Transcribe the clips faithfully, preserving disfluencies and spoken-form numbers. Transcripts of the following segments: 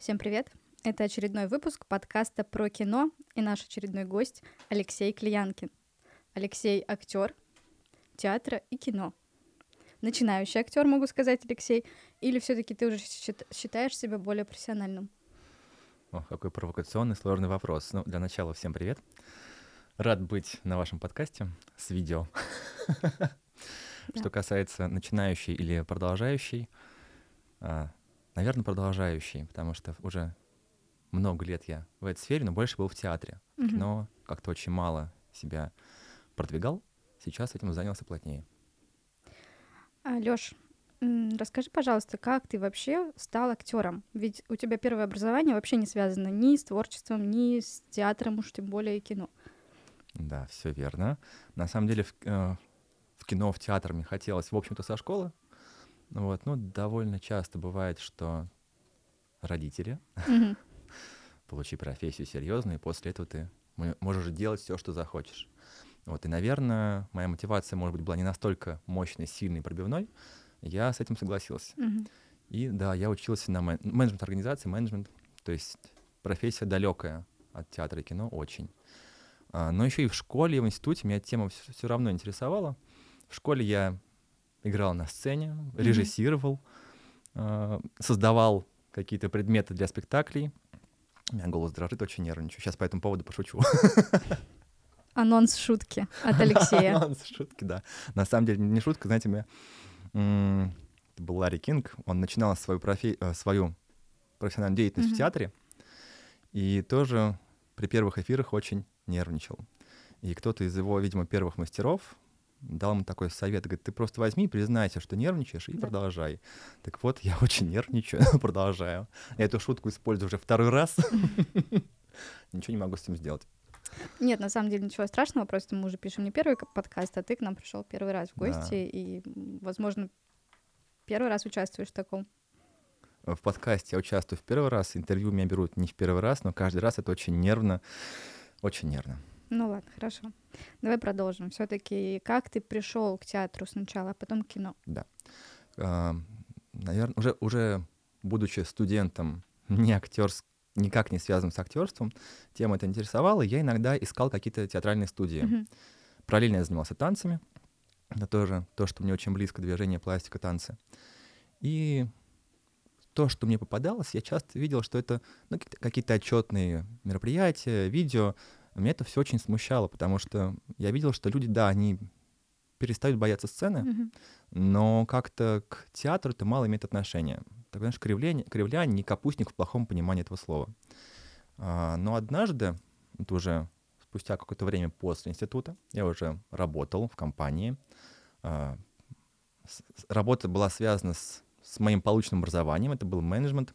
Всем привет! Это очередной выпуск подкаста про кино и наш очередной гость Алексей Клиянкин. Алексей — актер театра и кино. Начинающий актер, могу сказать, Алексей, или все-таки ты уже считаешь себя более профессиональным? О, какой провокационный, сложный вопрос. Ну, для начала всем привет. Рад быть на вашем подкасте с видео. Что касается начинающей или продолжающей, наверное, продолжающей, потому что уже много лет я в этой сфере, но больше был в театре. В кино как-то очень мало себя продвигал, сейчас этим занялся плотнее. Лёш, расскажи, пожалуйста, как ты вообще стал актером? Ведь у тебя первое образование вообще не связано ни с творчеством, ни с театром, уж тем более кино. Да, все верно. На самом деле в, э, в кино, в театр мне хотелось, в общем-то, со школы. Вот, ну, довольно часто бывает, что родители, Мгм. получи профессию серьезную, и после этого ты можешь делать все, что захочешь. Вот, и, наверное, моя мотивация, может быть, была не настолько мощной, сильной, пробивной. Я с этим согласился. Мгм. И да, я учился на мен- менеджмент организации, менеджмент, то есть профессия далекая от театра и кино очень. А, но еще и в школе, и в институте меня тема все равно интересовала. В школе я играл на сцене, режиссировал, а, создавал какие-то предметы для спектаклей. У меня голос дрожит, очень нервничаю. Сейчас по этому поводу пошучу. Анонс шутки от Алексея. Анонс шутки, да. На самом деле не шутка, знаете, меня... м, это был Ларри Кинг, он начинал свою, профи... э, свою профессиональную деятельность Мгм. в театре, и тоже при первых эфирах очень нервничал. И кто-то из его, видимо, первых мастеров дал ему такой совет, говорит, ты просто возьми, признайся, что нервничаешь, и Да. продолжай. Так вот, я очень нервничаю, продолжаю. Я эту шутку использую уже второй раз. Ничего не могу с этим сделать. Нет, на самом деле ничего страшного, просто мы уже пишем не первый к- подкаст, а ты к нам пришел первый раз в Да. гости, и, м, возможно, первый раз участвуешь в таком. В подкасте я участвую в первый раз, интервью меня берут не в первый раз, но каждый раз это очень нервно, очень нервно. Ну ладно, хорошо. Давай продолжим. Все-таки как ты пришел к театру сначала, а потом к кино? Да. Наверное, уже, уже будучи студентом, не актерс, никак не связанным с актерством, тема это интересовала, и я иногда искал какие-то театральные студии. Мгм. Параллельно я занимался танцами. Это тоже то, что мне очень близко, движение, пластика, танцы. И то, что мне попадалось, я часто видел, что это ну, какие-то- какие-то отчетные мероприятия, видео. Меня это все очень смущало, потому что я видел, что люди, да, они перестают бояться сцены, Мгм. но как-то к театру это мало имеет отношения. Так, знаешь, кривляние, кривляне, не капустник в плохом понимании этого слова. А, но однажды, это уже спустя какое-то время после института, я уже работал в компании. А, с- с- работа была связана с, с моим полученным образованием, это был менеджмент.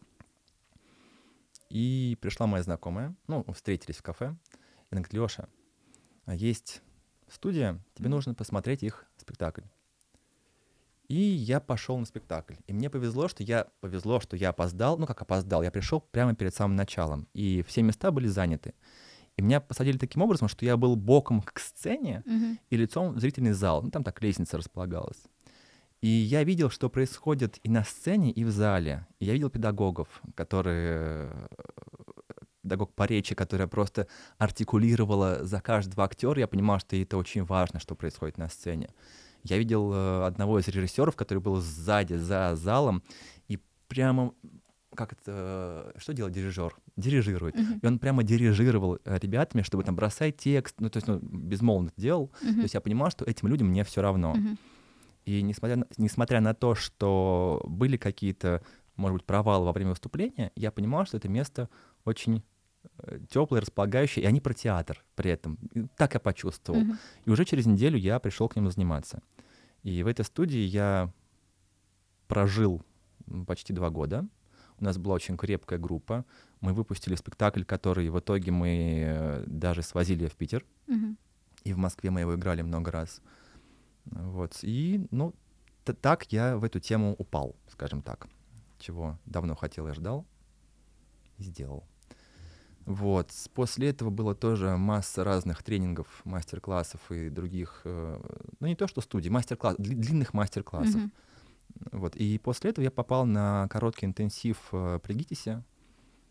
И пришла моя знакомая, ну, встретились в кафе, и она говорит, Лёша, а есть студия, тебе Мгм. нужно посмотреть их спектакль. И я пошел на спектакль. И мне повезло, что я повезло, что я опоздал. Ну, как опоздал, я пришел прямо перед самым началом. И все места были заняты. И меня посадили таким образом, что я был боком к сцене Мгм. и лицом в зрительный зал. Ну, там так лестница располагалась. И я видел, что происходит и на сцене, и в зале. И я видел педагогов, которые... Педагог по речи, которая просто артикулировала за каждого актера. Я понимал, что это очень важно, что происходит на сцене. Я видел э, одного из режиссеров, который был сзади, за залом, и прямо, как это, что делает дирижер? Дирижирует. Мгм. И он прямо дирижировал э, ребятами, чтобы там бросать текст, ну, то есть, ну, безмолвно это делал. Мгм. То есть я понимал, что этим людям мне все равно. Мгм. И несмотря на, несмотря на то, что были какие-то, может быть, провалы во время выступления, я понимал, что это место очень теплое, располагающее, и они про театр при этом. И так я почувствовал. Мгм. И уже через неделю я пришел к нему заниматься. И в этой студии я прожил м, почти два года. У нас была очень крепкая группа. Мы выпустили спектакль, который в итоге мы э, даже свозили в Питер. Мгм. И в Москве мы его играли много раз. Вот. И, ну, т- так я в эту тему упал, скажем так. Чего давно хотел и ждал. И сделал. Вот. С- После этого было тоже масса разных тренингов, мастер-классов и других, э, ну не то что студий, мастер-класс, дли- длинных мастер-классов. Мгм. Вот. И после этого я попал на короткий интенсив э, при ГИТИСе.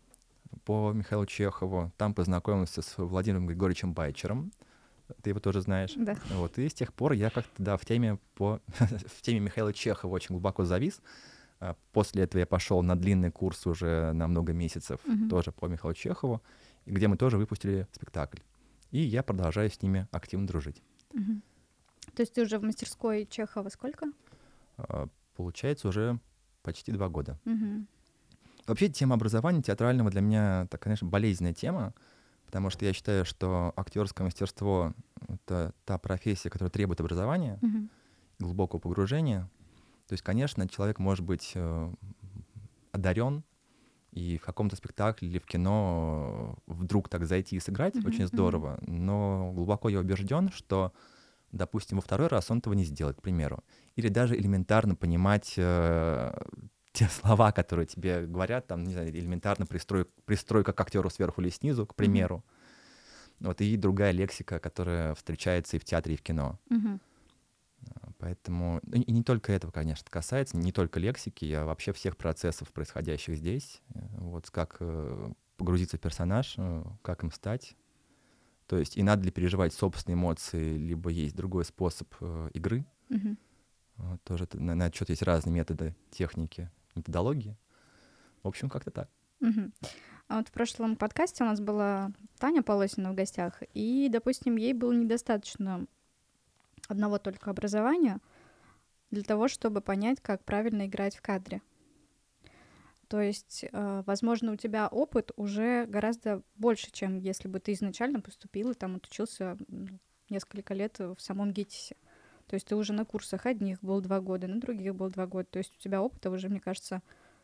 по Михаилу Чехову, там познакомился с Владимиром Григорьевичем Байчером, ты его тоже знаешь. Да. Вот, и с тех пор я как-то, да, в теме, по... в теме Михаила Чехова очень глубоко завис. После этого я пошел на длинный курс уже на много месяцев, mm-hmm. тоже по Михаилу Чехову, где мы тоже выпустили спектакль. И я продолжаю с ними активно дружить. Mm-hmm. То есть ты уже в мастерской Чехова сколько? Получается, уже почти два года. Mm-hmm. Вообще, тема образования театрального для меня, это, конечно, болезненная тема, потому что я считаю, что актерское мастерство — это та профессия, которая требует образования, mm-hmm. глубокого погружения. То есть, конечно, человек может быть э, одарен и в каком-то спектакле или в кино вдруг так зайти и сыграть, mm-hmm. очень здорово, mm-hmm. но глубоко я убежден, что, допустим, во второй раз он этого не сделает, к примеру. Или даже элементарно понимать э, те слова, которые тебе говорят, там, не знаю, элементарно пристрой, пристройка к актеру сверху или снизу, к примеру. Mm-hmm. Вот, и другая лексика, которая встречается и в театре, и в кино. Mm-hmm. Поэтому, и не только этого, конечно, касается, не только лексики, а вообще всех процессов, происходящих здесь. Вот как погрузиться в персонаж, как им стать. То есть и надо ли переживать собственные эмоции, либо есть другой способ игры. Mm-hmm. Тоже на, на отчет есть разные методы, техники, методологии. В общем, как-то так. Mm-hmm. А вот в прошлом подкасте у нас была Таня Полосина в гостях, и, допустим, ей было недостаточно одного только образования для того, чтобы понять, как правильно играть в кадре. То есть, э, возможно, у тебя опыт уже гораздо больше, чем если бы ты изначально поступил и там отучился несколько лет в самом ГИТИСе. То есть ты уже на курсах одних был два года, на других был два года. То есть у тебя опыта уже, мне кажется,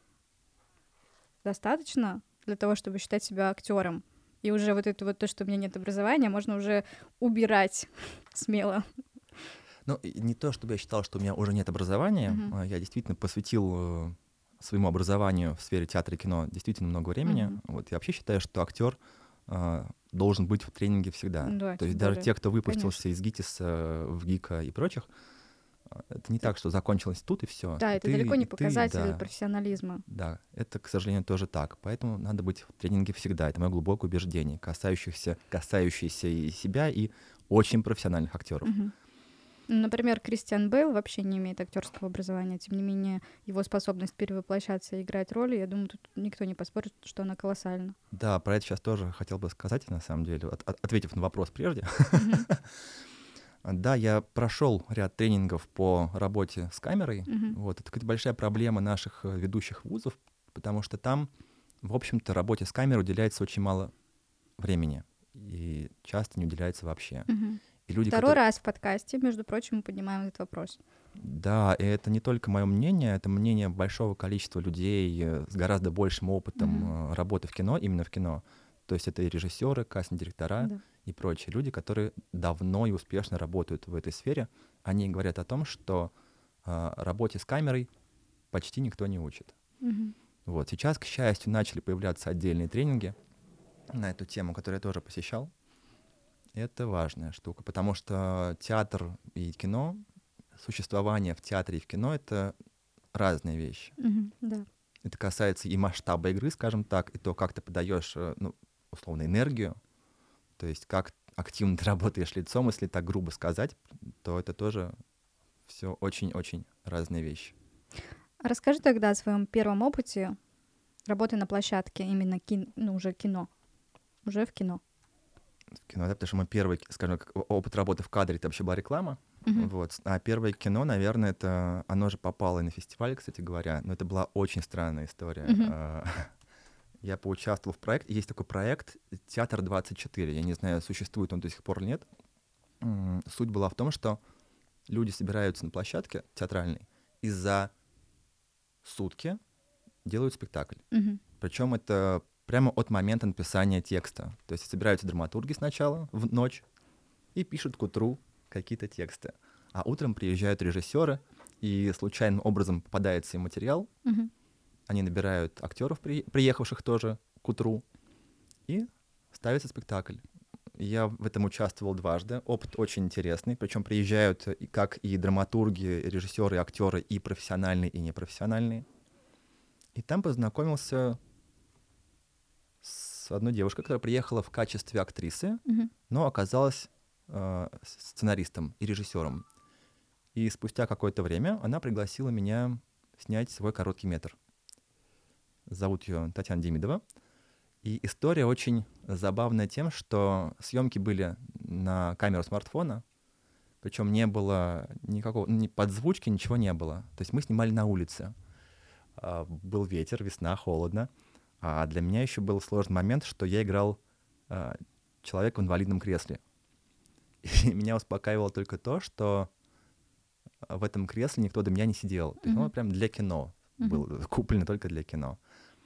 достаточно для того, чтобы считать себя актером. И уже вот это вот то, что у меня нет образования, можно уже убирать смело. Ну, не то, чтобы я считал, что у меня уже нет образования. Uh-huh. Я действительно посвятил своему образованию в сфере театра и кино действительно много времени. Uh-huh. Вот, я вообще считаю, что актер э, должен быть в тренинге всегда. Да, то есть более. Даже те, кто выпустился Конечно. из ГИТИСа в ГИКа и прочих, это не так, что закончилось тут и все. Да, это ты, далеко не ты, показатель да, профессионализма. Да, это, к сожалению, тоже так. Поэтому надо быть в тренинге всегда. Это мое глубокое убеждение, касающееся, касающееся и себя, и очень профессиональных актеров. Uh-huh. Например, Кристиан Бейл вообще не имеет актерского образования, тем не менее его способность перевоплощаться и играть роли, я думаю, тут никто не поспорит, что она колоссальна. Да, про это сейчас тоже хотел бы сказать, на самом деле, от, от, ответив на вопрос прежде. Mm-hmm. Да, я прошел ряд тренингов по работе с камерой. Mm-hmm. Вот, это какая-то большая проблема наших ведущих вузов, потому что там, в общем-то, работе с камерой уделяется очень мало времени и часто не уделяется вообще. Mm-hmm. И люди, Второй которые... раз в подкасте, между прочим, мы поднимаем этот вопрос. Да, и это не только мое мнение, это мнение большого количества людей с гораздо большим опытом mm-hmm. работы в кино, именно в кино. То есть это и режиссеры, кастинг-директора да. и прочие люди, которые давно и успешно работают в этой сфере. Они говорят о том, что э, работе с камерой почти никто не учит. Mm-hmm. Вот. Сейчас, к счастью, начали появляться отдельные тренинги на эту тему, которые я тоже посещал. Это важная штука, потому что театр и кино, существование в театре и в кино — это разные вещи. Mm-hmm, да. Это касается и масштаба игры, скажем так, и то, как ты подаешь, ну, условно, энергию, то есть как активно ты работаешь лицом, если так грубо сказать, то это тоже все очень-очень разные вещи. Расскажи тогда о своем первом опыте работы на площадке, именно кин... ну, уже кино, уже в кино. В кино, да, потому что мой первый, скажем, опыт работы в кадре — это вообще была реклама. Uh-huh. Вот. А первое кино, наверное, это оно же попало и на фестиваль, кстати говоря, но это была очень странная история. Uh-huh. Я поучаствовал в проекте. Есть такой проект «Театр двадцать четыре». Я не знаю, существует он до сих пор или нет. Суть была в том, что люди собираются на площадке театральной и за сутки делают спектакль. Uh-huh. Причем это прямо от момента написания текста. То есть собираются драматурги сначала в ночь и пишут к утру какие-то тексты. А утром приезжают режиссеры, и случайным образом попадается им материал. Uh-huh. Они набирают актеров, при, приехавших тоже к утру, и ставится спектакль. Я в этом участвовал дважды. Опыт очень интересный. Причем приезжают и как и драматурги, и режиссеры, и актеры, и профессиональные, и непрофессиональные. И там познакомился с с одной девушкой, которая приехала в качестве актрисы, Мгм. но оказалась э, сценаристом и режиссером. И спустя какое-то время она пригласила меня снять свой короткий метр. Зовут ее Татьяна Демидова. И история очень забавная тем, что съемки были на камеру смартфона, причем не было никакого, ни подзвучки, ничего не было. То есть мы снимали на улице. А, был ветер, весна, холодно. А для меня еще был сложный момент, что я играл а, человека в инвалидном кресле. И меня успокаивало только то, что в этом кресле никто до меня не сидел. То есть, Мгм. ну, прям для кино Мгм. был, куплено только для кино.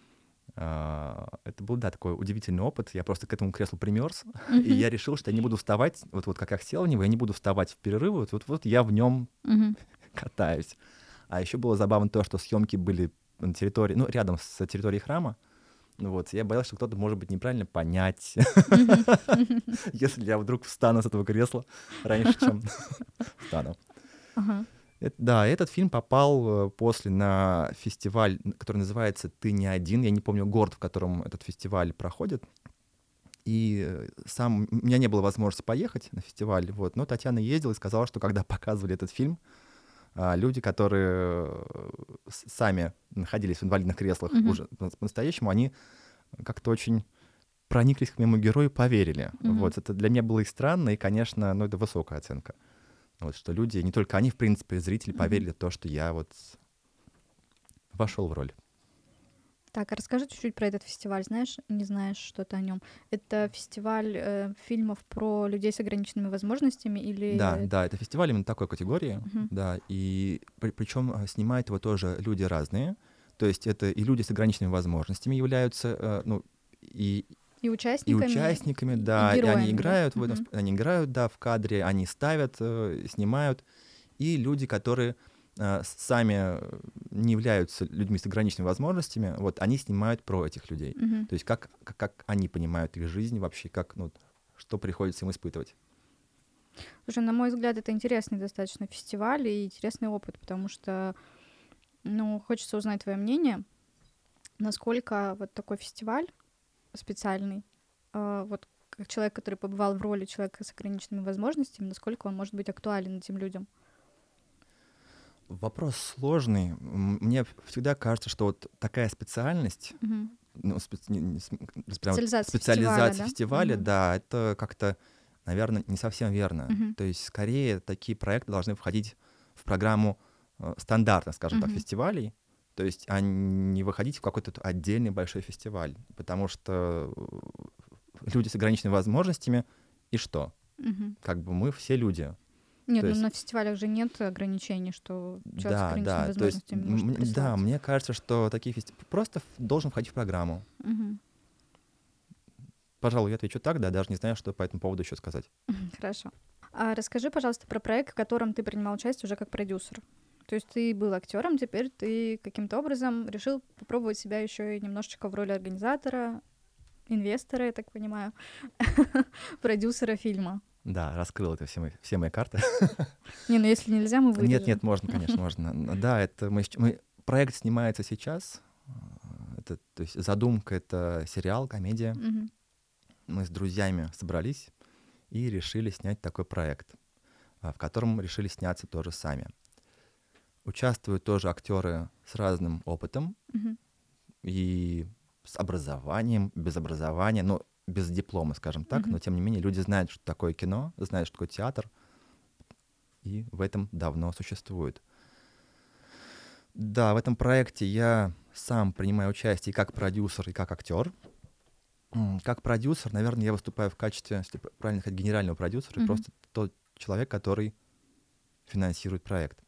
А, это был, да, такой удивительный опыт. Я просто к этому креслу примерз, и Мгм. я решил, что я не буду вставать, вот, вот как я сел в него, я не буду вставать в перерывы, вот, вот, вот я в нем Мгм. катаюсь. А еще было забавно то, что съемки были на территории, ну, рядом с территорией храма. Ну вот, я боялся, что кто-то, может быть, неправильно понять, Мгм. если я вдруг встану с этого кресла раньше, чем встану. Ага. Эт- Да, этот фильм попал э, после на фестиваль, н- который называется «Ты не один». Я не помню город, в котором этот фестиваль проходит. И э, сам у меня не было возможности поехать на фестиваль, вот, но Татьяна ездила и сказала, что когда показывали этот фильм, а, люди, которые э, с- сами находились в инвалидных креслах Мгм. уже по- по-настоящему, они как-то очень прониклись к моему герою и поверили. Мгм. Вот, это для меня было и странно, и, конечно, ну, это высокая оценка. Вот, что люди, не только они, в принципе, зрители, Мгм. поверили в то, что я вот вошел в роль. Так, а расскажи чуть-чуть про этот фестиваль. Знаешь, не знаешь что-то о нем? Это фестиваль э, фильмов про людей с ограниченными возможностями Да, или... да, это фестиваль именно такой категории, Мгм. да, и причем снимают его тоже люди разные, то есть это и люди с ограниченными возможностями являются, э, ну, и, И и участниками, участниками, и да, и героями, они да? играют, в этом, Мгм. сп- они играют, да, в кадре, они ставят, э, снимают, и люди, которые э, с- сами э, не являются людьми с ограниченными возможностями, вот они снимают про этих людей. Мгм. То есть как, как, как они понимают их жизнь вообще, как, ну, что приходится им испытывать. Слушай, на мой взгляд, это интересный достаточно фестиваль и интересный опыт, потому что, ну, хочется узнать твое мнение, насколько вот такой фестиваль специальный, а, вот как человек, который побывал в роли человека с ограниченными возможностями, насколько он может быть актуален этим людям. Вопрос сложный. М, Мне всегда кажется, что вот такая специальность, Мгм. ну, спец- не- не с- м, прям вот Специализация специализация фестиваля, фестиваля, да? Мгм. да, это как-то, наверное, не совсем верно. Мгм. То есть скорее такие проекты должны входить в программу э, стандартных, скажем так, Мгм. фестивалей, то есть а не выходить в какой-то т- отдельный большой фестиваль, потому что э, люди с ограниченными возможностями, и что? Мгм. Как бы мы все люди. Нет, То ну есть на фестивалях же нет ограничений, что человек с да, ограниченными да, то есть, возможностями м- может м- да, присылать. мне кажется, что такие фестивали просто ф- должен входить в программу. Мгм. Пожалуй, я отвечу так, да, даже не знаю, что по этому поводу еще сказать. Хорошо. А расскажи, пожалуйста, про проект, в котором ты принимал участие уже как продюсер. То есть ты был актером, теперь ты каким-то образом решил попробовать себя еще и немножечко в роли организатора, инвестора, я так понимаю, продюсера фильма. Да, раскрыл это все мои, все мои карты. Не, ну если нельзя, мы Нет, вырежем. нет, можно, конечно, можно. Н- Да, это мы, щ- мы- проект снимается сейчас. э, Это, то есть задумка — это сериал, комедия. Мгм. Мы с друзьями собрались и решили снять такой проект, а, в котором решили сняться тоже сами. Участвуют тоже актеры с разным опытом Мгм. и с образованием, без образования, ну, без диплома, скажем так, Мгм. но тем не менее люди знают, что такое кино, знают, что такое театр, и в этом давно существует. Да, в этом проекте я сам принимаю участие и как продюсер, и как актер. М, Как продюсер, наверное, я выступаю в качестве, если п- правильно сказать, генерального продюсера, и Мгм. просто тот человек, который финансирует проект.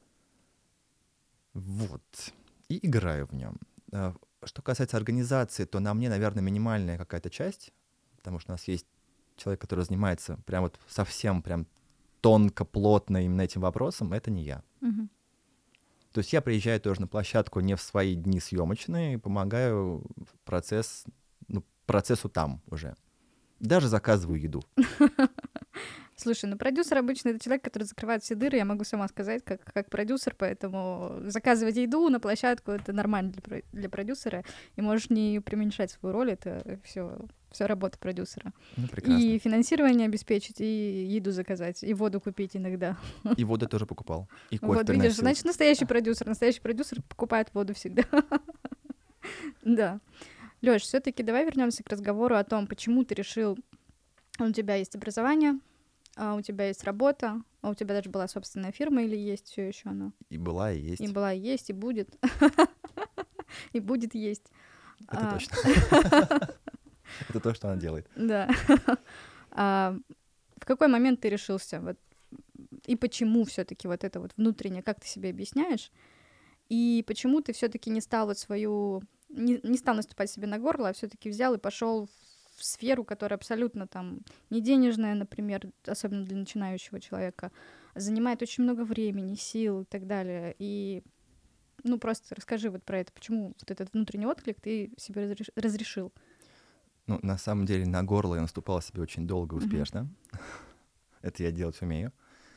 Вот. И играю в нем. А, Что касается организации, то на мне, наверное, минимальная какая-то часть, потому что у нас есть человек, который занимается прям вот совсем прям тонко, плотно именно этим вопросом, это не я. Мгм. То есть я приезжаю тоже на площадку не в свои дни съемочные, и помогаю в процесс, ну, процессу там уже. Даже заказываю еду. Слушай, ну продюсер обычно это человек, который закрывает все дыры, я могу сама сказать, как, как продюсер, поэтому заказывать еду на площадку — это нормально для, про- для продюсера, и можешь не преуменьшать свою роль, это все все работа продюсера. Ну, прекрасно. И финансирование обеспечить, и еду заказать, и воду купить иногда. И воду тоже покупал, и кофе Вот видишь, приносил. значит, настоящий продюсер. Настоящий продюсер покупает воду всегда. Да. Лёш, все-таки давай вернемся к разговору о том, почему ты решил, у тебя есть образование, а у тебя есть работа, а у тебя даже была собственная фирма или есть все еще она? И была, и есть. И была, и есть, и будет. И будет есть. Это точно. Это то, что она делает. Да. В какой момент ты решился? Вот, и почему все-таки вот это вот внутреннее, как ты себе объясняешь? И почему ты все-таки не стал вот свою, не, не стал наступать себе на горло, а все-таки взял и пошел в сферу, которая абсолютно там не денежная, например, особенно для начинающего человека, занимает очень много времени, сил и так далее. И ну просто расскажи вот про это, почему вот этот внутренний отклик ты себе разреш- разрешил? Ну, на самом деле, на горло я наступал себе очень долго и успешно. Mm-hmm. Это я делать умею.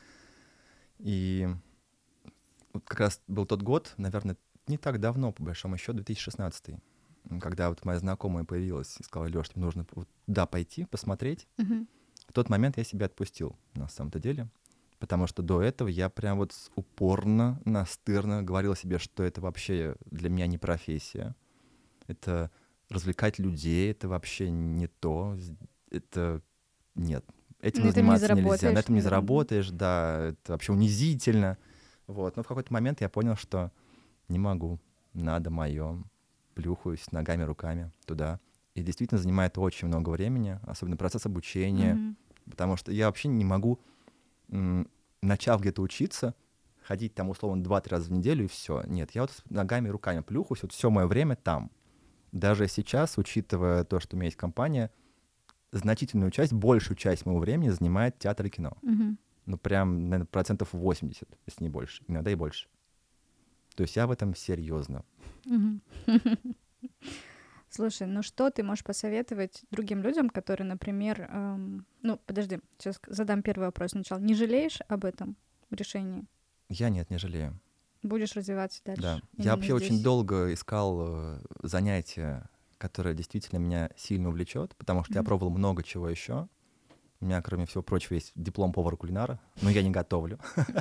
И вот как раз был тот год, наверное, не так давно, по большому счету, две тысячи шестнадцатый, когда вот моя знакомая появилась и сказала: Лёш, тебе нужно вот туда пойти, посмотреть. Mm-hmm. В тот момент я себя отпустил, на самом-то деле, потому что до этого я прям вот упорно, настырно говорил себе, что это вообще для меня не профессия. Это развлекать людей, это вообще не то. Это нет. Этим на заниматься этом не нельзя. На этом не да. заработаешь, да, это вообще унизительно. Вот. Но в какой-то момент я понял, что не могу, надо моё. Плюхаюсь ногами, руками туда. И действительно занимает очень много времени, особенно процесс обучения, mm-hmm. потому что я вообще не могу, м- начав где-то учиться, ходить там условно два-три раза в неделю и все. Нет, я вот ногами, руками плюхаюсь, вот все мое время там. Даже сейчас, учитывая то, что у меня есть компания, значительную часть, большую часть моего времени занимает театр и кино. Mm-hmm. Ну, прям, наверное, процентов восемьдесят, если не больше, иногда и больше. То есть я в этом серьезно. Mm-hmm. Слушай, ну что ты можешь посоветовать другим людям, которые, например... Эм... Ну, подожди, сейчас задам первый вопрос сначала. Не жалеешь об этом решении? Я нет, не жалею. Будешь развиваться дальше? Да. Я вообще здесь. очень долго искал занятия, которое действительно меня сильно увлечет, потому что mm-hmm. я пробовал много чего еще. У меня, кроме всего прочего, есть диплом повара-кулинара, но я не готовлю.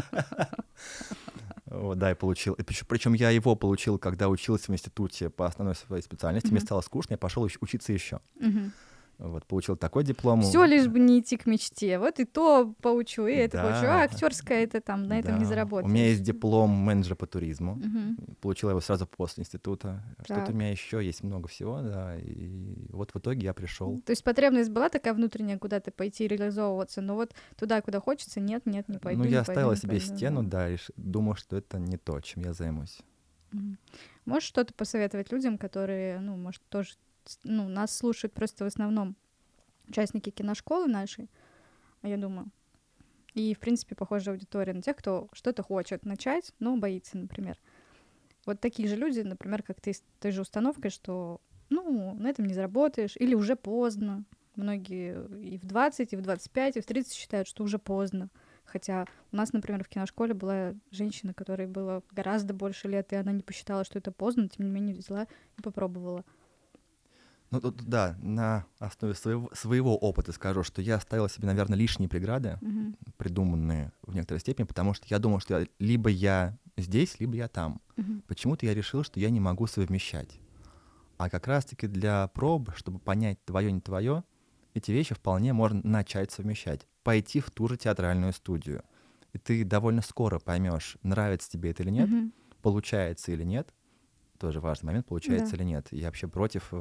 Вот, да, я получил. Причем я его получил, когда учился в институте по основной своей специальности. Мне стало скучно, я пошел учиться еще. Вот, получил такой диплом. Все лишь бы не идти к мечте. Вот и то поучу, и это да. поучу. А актерская это там, на да. этом не заработаешь. У меня есть диплом менеджера по туризму. Угу. Получила его сразу после института. Так. Что-то у меня еще есть много всего, да. И вот в итоге я пришел. То есть потребность была такая внутренняя куда-то пойти реализовываться, но вот туда, куда хочется, нет, нет, не пойду. Ну, я не оставила пойду, себе не пойду, стену, да, да, и думал, что это не то, чем я займусь. Угу. Можешь что-то посоветовать людям, которые, ну, может, тоже, ну, нас слушают просто в основном участники киношколы нашей, я думаю. И, в принципе, похожая аудитория на тех, кто что-то хочет начать, но боится, например. Вот такие же люди, например, как ты, с той же установкой, что, ну, на этом не заработаешь, или уже поздно. Многие и в двадцать, и в двадцать пять, и в тридцать считают, что уже поздно. Хотя у нас, например, в киношколе была женщина, которой было гораздо больше лет, и она не посчитала, что это поздно, тем не менее взяла и попробовала. Ну, тут, да, на основе своего, своего опыта скажу, что я ставил себе, наверное, лишние преграды, uh-huh. придуманные в некоторой степени, потому что я думал, что я, либо я здесь, либо я там. Uh-huh. Почему-то я решил, что я не могу совмещать. А как раз-таки для проб, чтобы понять, твое, не твое, эти вещи вполне можно начать совмещать. Пойти в ту же театральную студию. И ты довольно скоро поймешь, нравится тебе это или нет, uh-huh. получается или нет. Тоже важный момент, получается yeah. или нет. Я вообще против...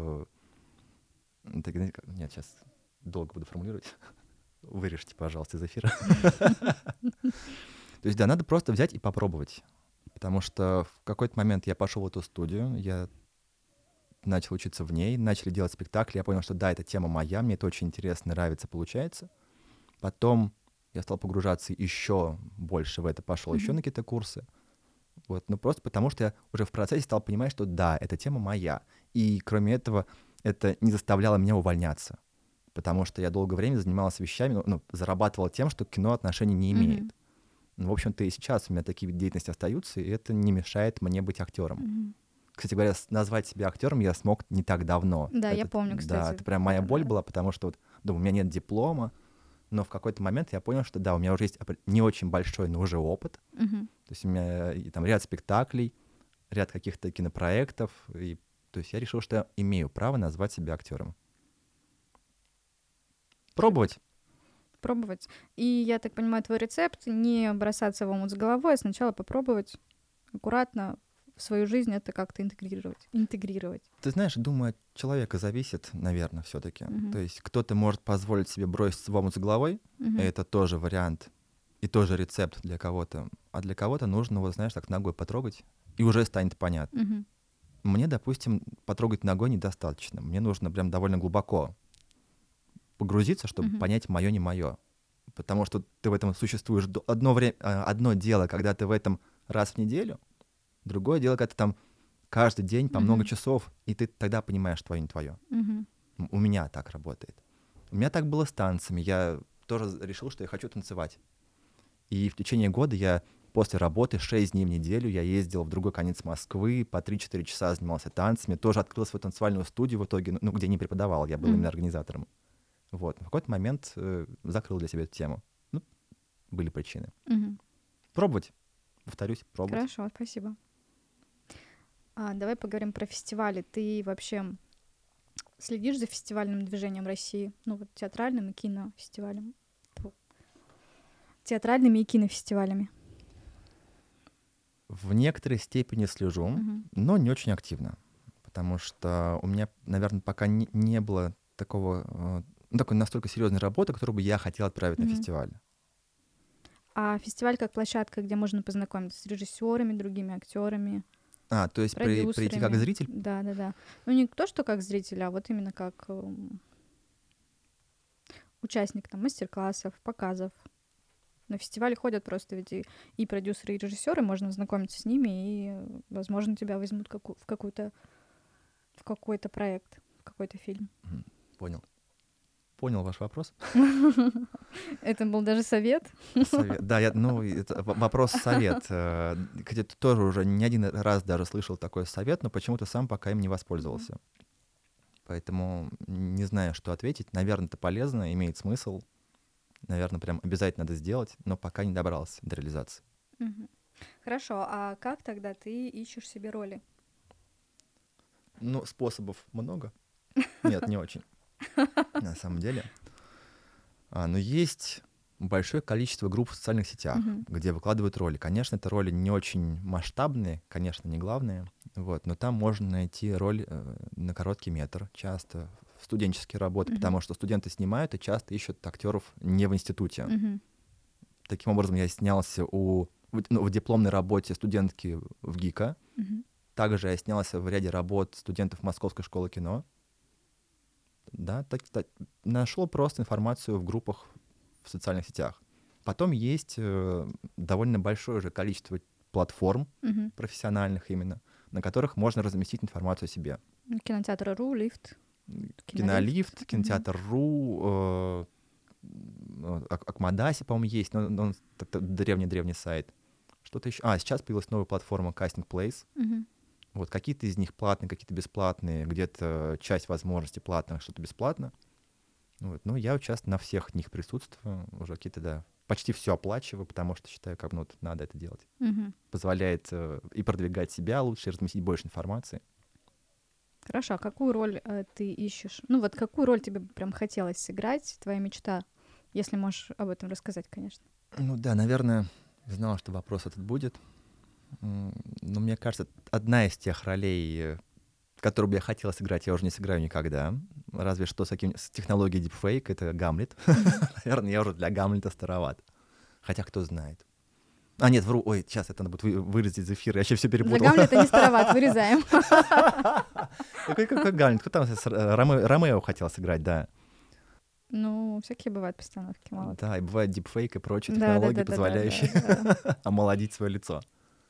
Нет, сейчас долго буду формулировать. Вырежьте, пожалуйста, из эфира. То есть, да, надо просто взять и попробовать. Потому что в какой-то момент я пошел в эту студию, я начал учиться в ней, начали делать спектакли, я понял, что да, эта тема моя, мне это очень интересно, нравится, получается. Потом я стал погружаться еще больше в это, пошел еще на какие-то курсы. Вот, ну просто потому, что я уже в процессе стал понимать, что да, эта тема моя. И кроме этого, это не заставляло меня увольняться. потому что я долгое время занимался вещами, ну, ну, зарабатывал тем, что к кино отношения не имеет. Мгм. Ну, в общем-то, и сейчас у меня такие виды деятельности остаются, и это не мешает мне быть актером. Мгм. Кстати говоря, с- назвать себя актером я смог не так давно. Да, я Это- помню, Да, кстати. это прям моя Да, боль да. была, потому что вот, думаю, у меня нет диплома, но в какой-то момент я понял, что да, у меня уже есть опре- не очень большой, но уже опыт. Мгм. То есть у меня и там ряд спектаклей, ряд каких-то кинопроектов. И, то есть я решил, что я имею право назвать себя актером. Пробовать. Пробовать. И я так понимаю, твой рецепт — не бросаться в омут с головой, а сначала попробовать аккуратно в свою жизнь это как-то интегрировать. Интегрировать. Ты знаешь, думаю, от человека зависит, наверное, все-таки. Мгм. То есть кто-то может позволить себе броситься в омут с головой, Мгм. и это тоже вариант и тоже рецепт для кого-то. А для кого-то нужно, вот знаешь, так ногой потрогать, и уже станет понятно. Мгм. Мне, допустим, потрогать ногой недостаточно. Мне нужно прям довольно глубоко погрузиться, чтобы Мгм. понять мое не мое. Потому что ты в этом существуешь до- одно время, одно дело, когда ты в этом раз в неделю, другое дело, когда ты там каждый день по много Мгм. часов, и ты тогда понимаешь, твое не твое. Мгм. У меня так работает. У меня так было с танцами. Я тоже решил, что я хочу танцевать. И в течение года я после работы шесть дней в неделю я ездил в другой конец Москвы, по три-четыре часа занимался танцами, тоже открыл свою танцевальную студию в итоге, ну, где не преподавал, я был Мгм. именно организатором. Вот. В какой-то момент э, закрыл для себя эту тему. Ну, были причины. Мгм. Пробовать. Повторюсь, пробовать. Хорошо, спасибо. А, давай поговорим про фестивали. Ты вообще следишь за фестивальным движением России? Ну, вот театральным и кинофестивалем. Тьфу. Театральными и кинофестивалями. В некоторой степени слежу, Мгм. но не очень активно. Потому что у меня, наверное, пока не, не было такого, э, ну, такой настолько серьезной работы, которую бы я хотел отправить на Мгм. фестиваль. А фестиваль как площадка, где можно познакомиться с режиссерами, другими актерами, А, то есть при- прийти как продюсерами. зритель? Да, да, да. Ну, не то, что как зритель, а вот именно как эм, участник там мастер-классов, показов. На фестивале ходят просто ведь и, и продюсеры, и режиссеры, можно знакомиться с ними, и, э, возможно, тебя возьмут каку- в какую-то в какой-то проект, в какой-то фильм. Мгм. Понял. Понял ваш вопрос. Это был даже совет. Совет. Да, я, ну, это в- вопрос-совет. Э, Где-то тоже уже не один раз даже слышал такой совет, но почему-то сам пока им не воспользовался. Поэтому не знаю, что ответить. Наверное, это полезно, имеет смысл. Наверное, прям обязательно надо сделать, но пока не добрался до реализации. Мгм. Хорошо, а как тогда ты ищешь себе роли? Ну, способов много. Нет, не очень. На самом деле. А, но есть большое количество групп в социальных сетях, Мгм. где выкладывают роли. Конечно, это роли не очень масштабные, конечно, не главные, вот, но там можно найти роль э, на короткий метр, часто в студенческие работы, Мгм. потому что студенты снимают и часто ищут актеров не в институте. Мгм. Таким образом, я снялся у, в, ну, в дипломной работе студентки в ГИКа. Мгм. Также я снялся в ряде работ студентов Московской школы кино. Да, так, так, нашел просто информацию в группах в социальных сетях. Потом есть э, довольно большое уже количество платформ Мгм. профессиональных именно, на которых можно разместить информацию о себе. Кинотеатр РУ, Лифт. Кинолифт, Мгм. кинотеатр.ру, э, э, Ак- Акмодаси, по-моему, есть, но но он так- так древний-древний сайт. Что-то еще. А, сейчас появилась новая платформа Casting Place. Мгм. Вот какие-то из них платные, какие-то бесплатные, где-то часть возможностей платных, что-то бесплатно. Вот. Ну, я участвую на всех них присутствую, уже какие-то, да, почти все оплачиваю, потому что считаю, как ну, вот надо это делать. Мгм. Позволяет э, и продвигать себя лучше, и разместить больше информации. Хорошо, а какую роль э, ты ищешь? Ну вот какую роль тебе бы прям хотелось сыграть, твоя мечта, если можешь об этом рассказать, конечно. Ну да, наверное, знал, что вопрос этот будет. М, Но мне кажется, одна из тех ролей, э, которую бы я хотел сыграть, я уже не сыграю никогда. Разве что с, каким- с технологией Deepfake, это Гамлет. Наверное, я уже для Гамлета староват. Хотя кто знает. А, нет, вру. Ой, сейчас это надо будет вы- вырезать из эфира. Я вообще все Для перепутал. Гамлета не староват, вырезаем. Какой, какой Гамлет? Кто там с- э, Роме- Ромео хотел сыграть, да. Ну, всякие бывают постановки, мало ли. Да, и бывает дипфейк и прочие Да, да, технологии, да, да, да, позволяющие да, да. омолодить свое лицо.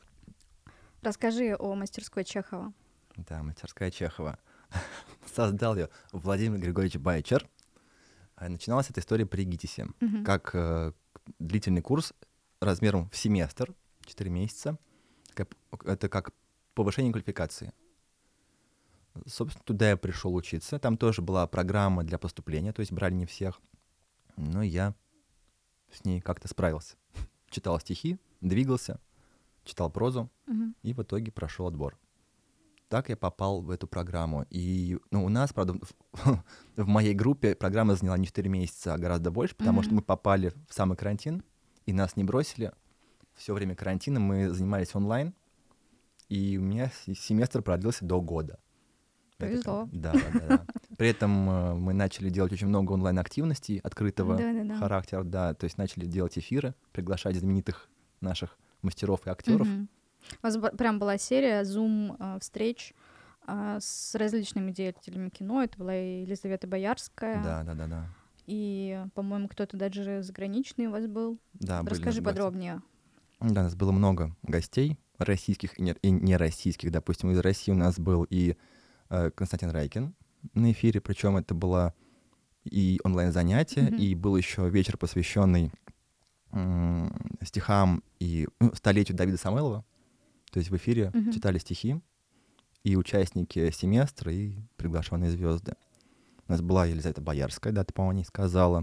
Расскажи о мастерской Чехова. Да, мастерская Чехова. Создал ее Владимир Григорьевич Байчер. А начиналась эта история при ГИТИСе, Мгм. как э, длительный курс размером в семестр, четыре месяца. Как- Это как повышение квалификации. Собственно, туда я пришел учиться. Там тоже была программа для поступления, то есть брали не всех. Но я с ней как-то справился. Читал стихи, двигался, читал прозу Мгм. и в итоге прошел отбор. Так я попал в эту программу. И ну, у нас, правда, в, в моей группе программа заняла не четыре месяца, а гораздо больше, потому что Мгм. мы попали в самый карантин, и нас не бросили. Все время карантина мы занимались онлайн, и у меня с- семестр продлился до года. Это как- Повезло. Да, да, да, да. При этом э, мы начали делать очень много онлайн-активностей открытого Да-да-да. характера, да, то есть начали делать эфиры, приглашать знаменитых наших мастеров и актеров. Мгм. У вас б- прям была серия зум-встреч с различными деятелями кино. Это была и Елизавета Боярская, Да, да, да, да. и, по-моему, кто-то даже заграничный у вас был. Да, были у нас Расскажи гости. подробнее. Да, у нас было много гостей, российских и не, и не российских. Допустим, из России у нас был и э, Константин Райкин на эфире, причем это было и онлайн-занятие, Мгм. и был еще вечер, посвященный м, стихам и ну, столетию Давида Самойлова. То есть в эфире Мгм. читали стихи и участники семестра, и приглашенные звезды. У нас была Елизавета Боярская, да, ты, по-моему, о ней сказала.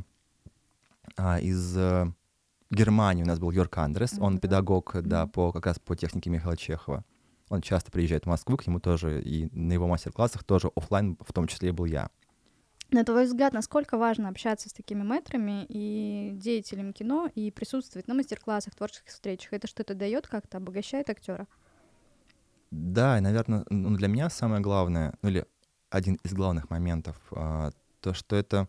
А из э, Германии у нас был Йорк Андрес, он Мгм. педагог, да, Мгм. по, как раз по технике Михаила Чехова. Он часто приезжает в Москву, к нему тоже, и на его мастер-классах тоже оффлайн, в том числе, был я. На твой взгляд, насколько важно общаться с такими мэтрами и деятелями кино и присутствовать на мастер-классах, творческих встречах? Это что-то дает как-то, обогащает актера? Да, и, наверное, ну, для меня самое главное, ну или один из главных моментов, а, то, что это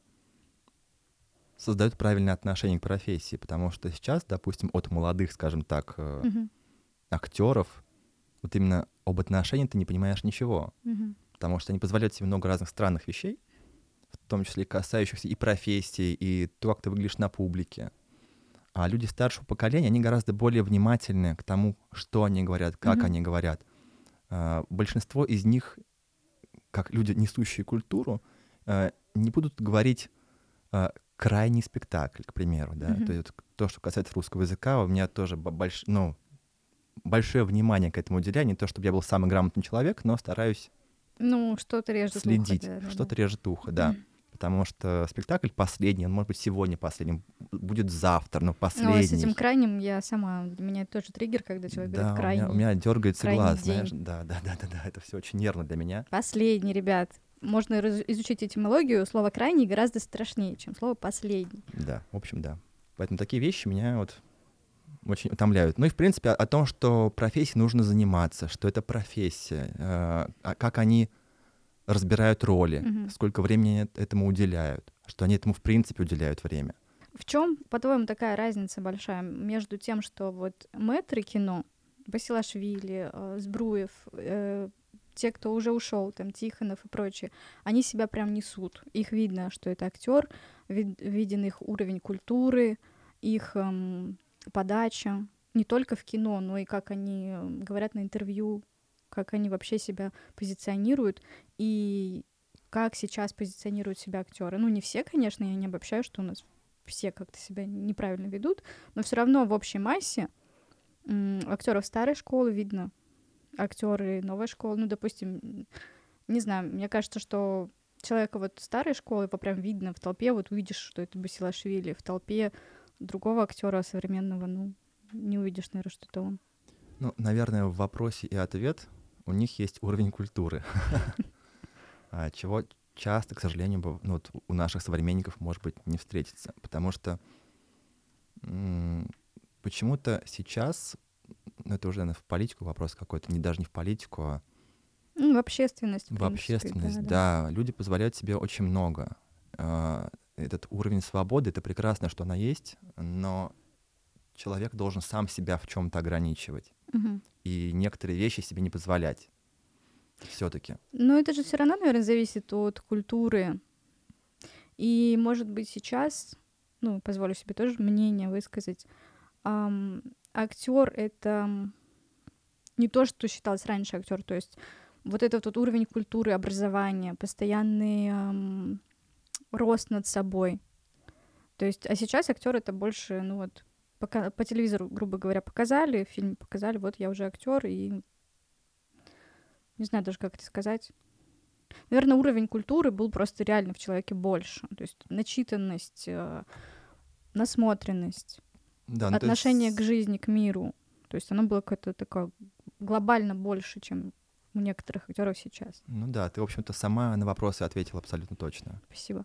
создает правильное отношение к профессии, потому что сейчас, допустим, от молодых, скажем так, э, Мгм. актеров, вот именно об отношении ты не понимаешь ничего, Мгм. потому что они позволяют себе много разных странных вещей, в том числе касающихся и профессии, и то, как ты выглядишь на публике. А люди старшего поколения, они гораздо более внимательны к тому, что они говорят, как Мгм. они говорят. А, большинство из них, как люди, несущие культуру, а, не будут говорить а, крайний спектакль, к примеру, да. Мгм. То есть вот то, что касается русского языка, у меня тоже бо- больш... ну, большое внимание к этому уделяю. Не то, чтобы я был самый грамотный человек, но стараюсь Ну, что-то режет ухо, следить. да-да-да. Что-то режет ухо, да. Потому что спектакль последний, он может быть сегодня последним, будет завтра, но Ну, а с этим последний. крайним я сама, для меня это тоже триггер, когда человек Да, говорит у меня, у крайний, меня дергается крайний глаз, день. знаешь. Да, да, да, да, да. Это все очень нервно для меня. Последний, ребят. Можно раз- изучить этимологию. Слово крайний гораздо страшнее, чем слово последний. Да, в общем, да. Поэтому такие вещи меня вот очень утомляют. Ну и, в принципе, о, о том, что профессией нужно заниматься, что это профессия, э, а как они разбирают роли, Мгм. сколько времени эт- этому уделяют, что они этому, в принципе, уделяют время. В чем, по-твоему, такая разница большая между тем, что вот мэтры кино, Басилашвили, э, Збруев, э, те, кто уже ушел, там Тихонов и прочие, они себя прям несут. Их видно, что это актер, вид- виден их уровень культуры, их эм, подача, не только в кино, но и как они э, говорят на интервью, как они вообще себя позиционируют и как сейчас позиционируют себя актеры. Ну, не все, конечно, я не обобщаю, что у нас все как-то себя неправильно ведут, но все равно в общей массе м, актеров старой школы видно, актеры новой школы, ну, допустим, м, не знаю, мне кажется, что человека вот старой школы, его прям видно в толпе, вот увидишь, что это Басилашвили, в толпе другого актера современного, ну, не увидишь, наверное, что это он. Ну, наверное, в вопросе и ответ у них есть уровень культуры, а, чего часто, к сожалению, быв- ну, вот у наших современников, может быть, не встретится. Потому что м, почему-то сейчас, ну, это уже наверное, в политику вопрос какой-то, не даже не в политику, а Ну, в общественность, в, в принципе, общественность, да, да, люди позволяют себе очень много. А, Этот уровень свободы, это прекрасно, что она есть, но человек должен сам себя в чем-то ограничивать да. Мгм. и некоторые вещи себе не позволять. Все-таки. Но это же все равно, наверное, зависит от культуры. И, может быть, сейчас, ну, позволю себе тоже мнение высказать, ам, актер это м, не то, что считалось раньше актер, то есть вот этот вот уровень культуры, образования, постоянный ам, рост над собой, То есть, а сейчас актер это больше, ну вот, пока, по телевизору, грубо говоря, показали, фильм показали, вот я уже актер, и не знаю даже, как это сказать. Наверное, уровень культуры был просто реально в человеке больше. То есть начитанность, э, насмотренность, Да, ну, то отношение есть, к жизни, к миру. То есть оно было какое-то такое глобально больше, чем у некоторых актеров сейчас. ну да, ты, в общем-то, сама на вопросы ответила абсолютно точно. Спасибо.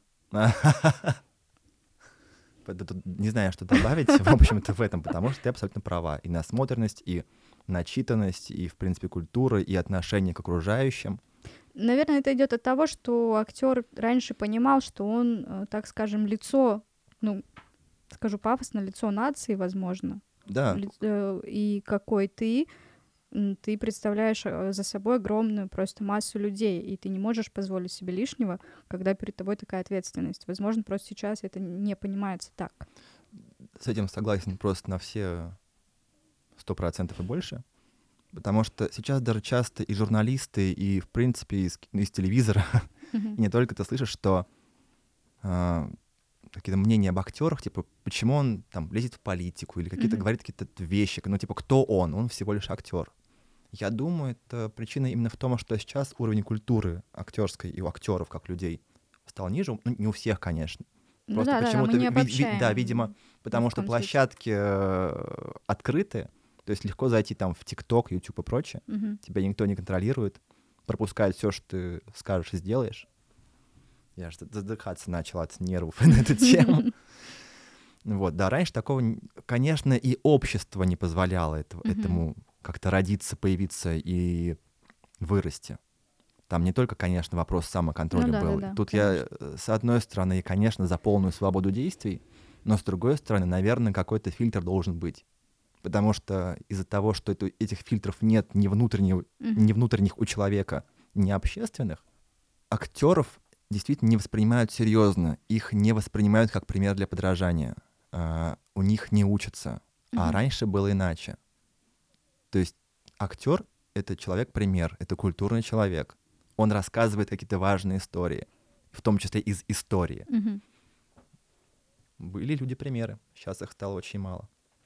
Тут не знаю, что добавить, в общем-то, в этом, потому что ты абсолютно права. И насмотренность, и начитанность, и, в принципе, культура, и отношение к окружающим. Наверное, это идет от того, что актер раньше понимал, что он, э, так скажем, лицо, ну, скажу пафосно, лицо нации, возможно. Да, Ли- э, И какой ты, м, ты представляешь э, за собой огромную просто массу людей, и ты не можешь позволить себе лишнего, когда перед тобой такая ответственность. Возможно, просто сейчас это не понимается так. с этим согласен просто на все сто процентов и больше. Потому что сейчас даже часто и журналисты, и, в принципе, из, из телевизора, Мгм. и не только ты слышишь, что а, какие-то мнения об актерах, типа, почему он там лезет в политику, или какие-то Мгм. говорит какие-то вещи, ну, типа, кто он? Он всего лишь актер. Я думаю, это причина именно в том, что сейчас уровень культуры актерской и у актеров как людей стал ниже. Ну, не у всех, конечно. Ну Просто да, да, да, мы почему-то, не ви- ви- обобщаем. да, видимо, потому в что коем случае. площадки э, открыты, то есть легко зайти там в ТикТок, Ютуб и прочее. Мгм. Тебя никто не контролирует, пропускает все, что ты скажешь и сделаешь. Я аж задыхаться начал от нервов на эту тему. Вот, да, раньше такого, н- конечно, и общество не позволяло этого- Мгм. этому как-то родиться, появиться и вырасти. Там не только, конечно, вопрос самоконтроля Ну да, был. да, да, Тут я, э, с одной стороны, конечно, за полную свободу действий, но с другой стороны, наверное, какой-то фильтр должен быть. Потому что из-за того, что это- этих фильтров нет ни внутреннего, Мгм. ни внутренних у человека, ни общественных, актеров действительно не воспринимают серьезно. Их не воспринимают как пример для подражания. А, у них не учатся. А Мгм. раньше было иначе. То есть актер — это человек-пример, это культурный человек. Он рассказывает какие-то важные истории, в том числе из истории. Мгм. Были люди-примеры, сейчас их стало очень мало.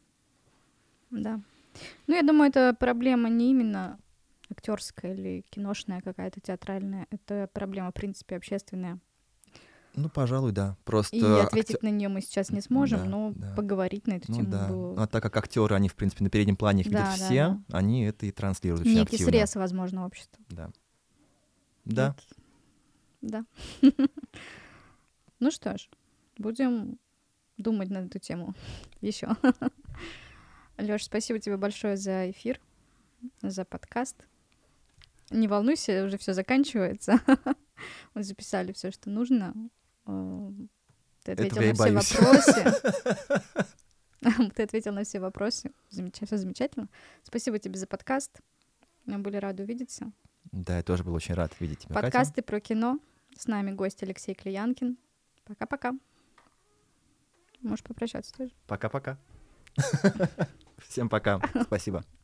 Да. Ну, я думаю, это проблема не именно актерская или киношная какая-то театральная. Это проблема, в принципе, общественная. Ну, пожалуй, да. Просто И актё- ответить на нее мы сейчас не сможем, Да, но да. поговорить на эту Ну тему да. было Ну, а так как актеры, они, в принципе, на переднем плане их видят Да, да, все, они это и транслируют очень некий активно. срез, возможно, общества. Да. Да. Вот. Да. Ну что ж, будем думать на эту тему еще. Лёш, спасибо тебе большое за эфир, за подкаст. Не волнуйся, уже все заканчивается. Мы записали все, что нужно. Э, Ты ответил Этого я на и все боюсь. вопросы. Ты ответил на все вопросы. Все замечательно. Спасибо тебе за подкаст. Мы были рады увидеться. Да, я тоже был очень рад видеть тебя, Катя. Подкасты про кино. С нами гость Алексей Клиянкин. Пока-пока. Можешь попрощаться тоже. Пока-пока. Всем пока. Спасибо.